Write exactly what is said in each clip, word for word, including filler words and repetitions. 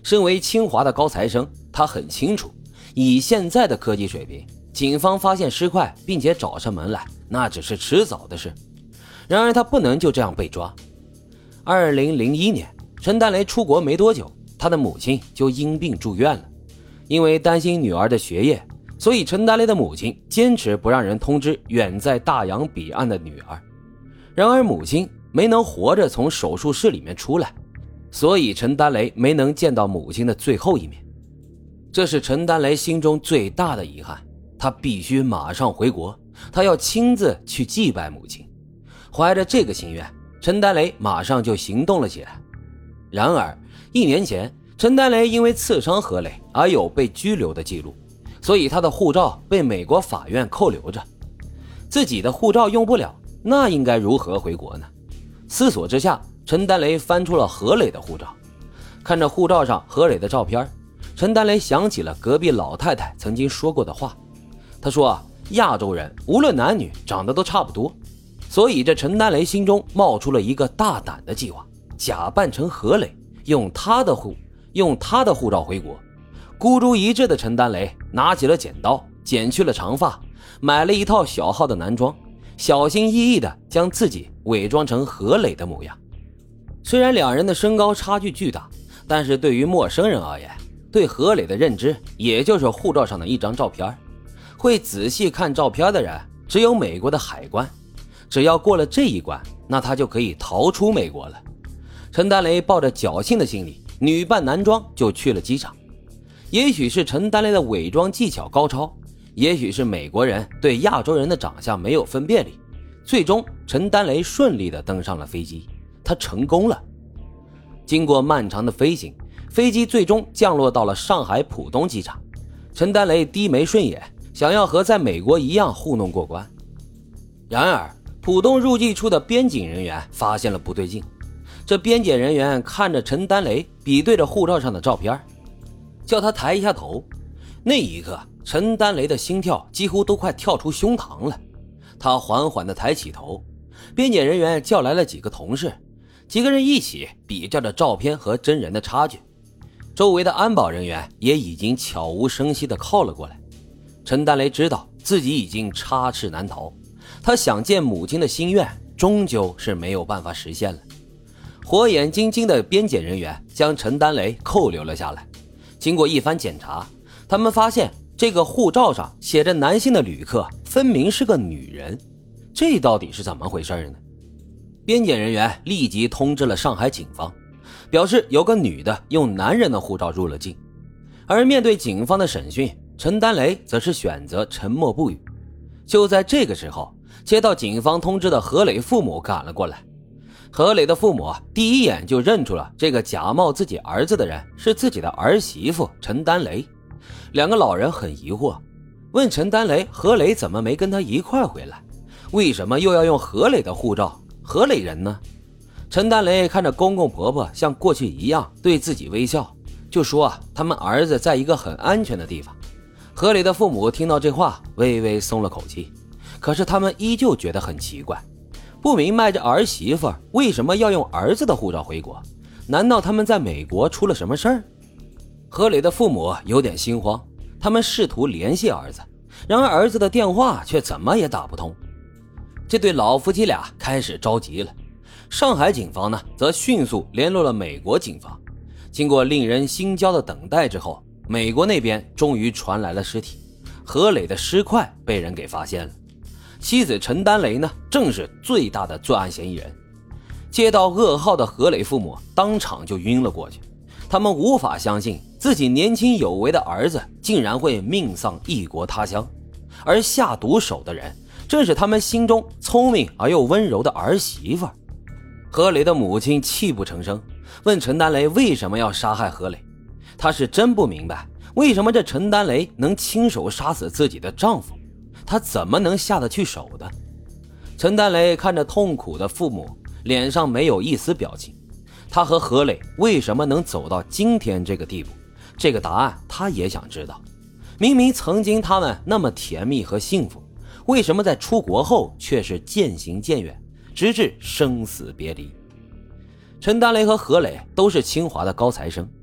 身为清华的高材生，他很清楚，以现在的科技水平，警方发现尸块并且找上门来，那只是迟早的事。然而他不能就这样被抓。二零零一年，陈丹雷出国没多久，他的母亲就因病住院了。因为担心女儿的学业，所以陈丹雷的母亲坚持不让人通知远在大洋彼岸的女儿。然而母亲没能活着从手术室里面出来，所以陈丹雷没能见到母亲的最后一面。这是陈丹雷心中最大的遗憾，他必须马上回国，他要亲自去祭拜母亲。怀着这个心愿，陈丹雷马上就行动了起来。然而一年前，陈丹雷因为刺伤何磊而有被拘留的记录，所以他的护照被美国法院扣留着。自己的护照用不了，那应该如何回国呢？思索之下，陈丹雷翻出了何磊的护照。看着护照上何磊的照片，陈丹雷想起了隔壁老太太曾经说过的话。她说亚洲人无论男女长得都差不多，所以这陈丹雷心中冒出了一个大胆的计划，假扮成何磊，用他的护用他的护照回国。孤注一掷的陈丹雷拿起了剪刀，剪去了长发，买了一套小号的男装，小心翼翼地将自己伪装成何磊的模样。虽然两人的身高差距巨大，但是对于陌生人而言，对何磊的认知也就是护照上的一张照片。会仔细看照片的人只有美国的海关，只要过了这一关，那他就可以逃出美国了。陈丹雷抱着侥幸的心理，女扮男装就去了机场。也许是陈丹雷的伪装技巧高超，也许是美国人对亚洲人的长相没有分辨力，最终陈丹雷顺利地登上了飞机，他成功了。经过漫长的飞行，飞机最终降落到了上海浦东机场。陈丹雷低眉顺眼，想要和在美国一样糊弄过关。然而浦东入境处的边检人员发现了不对劲，这边检人员看着陈丹雷，比对着护照上的照片，叫他抬一下头。那一刻，陈丹雷的心跳几乎都快跳出胸膛了。他缓缓地抬起头，边检人员叫来了几个同事，几个人一起比较着照片和真人的差距。周围的安保人员也已经悄无声息地靠了过来。陈丹雷知道自己已经插翅难逃，他想见母亲的心愿终究是没有办法实现了。火眼金睛的边检人员将陈丹雷扣留了下来。经过一番检查，他们发现这个护照上写着男性的旅客分明是个女人，这到底是怎么回事呢？边检人员立即通知了上海警方，表示有个女的用男人的护照入了境。而面对警方的审讯，陈丹雷则是选择沉默不语。就在这个时候，接到警方通知的何磊父母赶了过来。何磊的父母第一眼就认出了这个假冒自己儿子的人是自己的儿媳妇陈丹雷。两个老人很疑惑，问陈丹雷何磊怎么没跟他一块回来，为什么又要用何磊的护照，何磊人呢？陈丹雷看着公公婆婆像过去一样对自己微笑，就说啊，他们儿子在一个很安全的地方。何磊的父母听到这话微微松了口气，可是他们依旧觉得很奇怪，不明白这儿媳妇为什么要用儿子的护照回国，难道他们在美国出了什么事儿？何磊的父母有点心慌，他们试图联系儿子，然而儿子的电话却怎么也打不通。这对老夫妻俩开始着急了。上海警方呢，则迅速联络了美国警方。经过令人心焦的等待之后，美国那边终于传来了尸体，何磊的尸块被人给发现了。妻子陈丹雷呢，正是最大的作案嫌疑人。接到噩耗的何磊父母当场就晕了过去，他们无法相信自己年轻有为的儿子竟然会命丧异国他乡，而下毒手的人正是他们心中聪明而又温柔的儿媳妇。何磊的母亲泣不成声，问陈丹雷为什么要杀害何磊。她是真不明白为什么这陈丹雷能亲手杀死自己的丈夫，她怎么能下得去手的？陈丹雷看着痛苦的父母，脸上没有一丝表情。他和何磊为什么能走到今天这个地步，这个答案他也想知道。明明曾经他们那么甜蜜和幸福，为什么在出国后却是渐行渐远，直至生死别离？陈丹雷和何磊都是清华的高材生，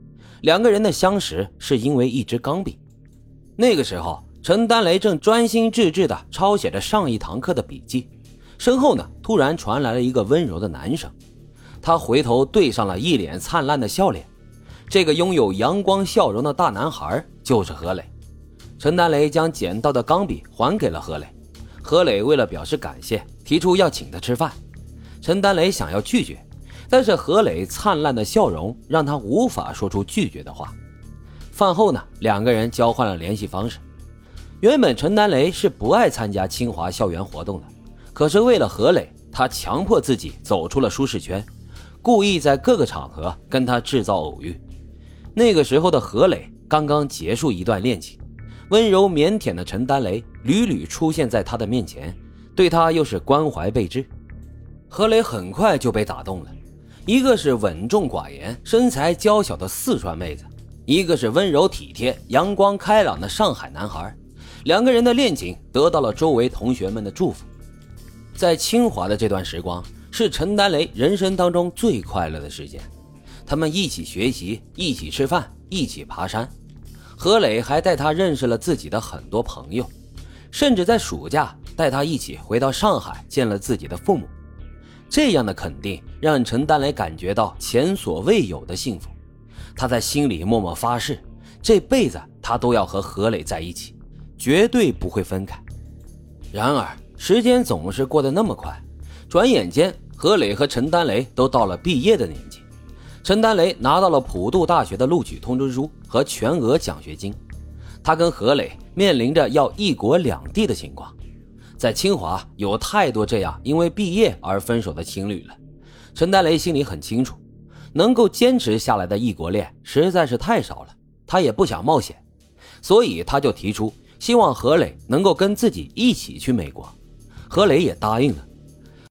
两个人的相识是因为一支钢笔。那个时候陈丹雷正专心致志地抄写着上一堂课的笔记，身后呢突然传来了一个温柔的男声。他回头对上了一脸灿烂的笑脸，这个拥有阳光笑容的大男孩就是何磊。陈丹雷将捡到的钢笔还给了何磊，何磊为了表示感谢，提出要请他吃饭。陈丹雷想要拒绝，但是何磊灿烂的笑容让他无法说出拒绝的话。饭后呢，两个人交换了联系方式。原本陈丹雷是不爱参加清华校园活动的，可是为了何磊，他强迫自己走出了舒适圈，故意在各个场合跟他制造偶遇。那个时候的何磊刚刚结束一段恋情，温柔腼腆的陈丹雷屡屡出现在他的面前，对他又是关怀备至。何磊很快就被打动了，一个是稳重寡言、身材娇小的四川妹子，一个是温柔体贴、阳光开朗的上海男孩。两个人的恋情得到了周围同学们的祝福。在清华的这段时光是陈丹雷人生当中最快乐的时间，他们一起学习，一起吃饭，一起爬山。何磊还带他认识了自己的很多朋友，甚至在暑假带他一起回到上海见了自己的父母。这样的肯定让陈丹雷感觉到前所未有的幸福，他在心里默默发誓，这辈子他都要和何磊在一起，绝对不会分开。然而时间总是过得那么快，转眼间何磊和陈丹雷都到了毕业的年纪。陈丹雷拿到了普渡大学的录取通知书和全额奖学金，他跟何磊面临着要一国两地的情况。在清华有太多这样因为毕业而分手的情侣了，陈丹雷心里很清楚，能够坚持下来的异国恋实在是太少了，他也不想冒险，所以他就提出希望何磊能够跟自己一起去美国。何磊也答应了。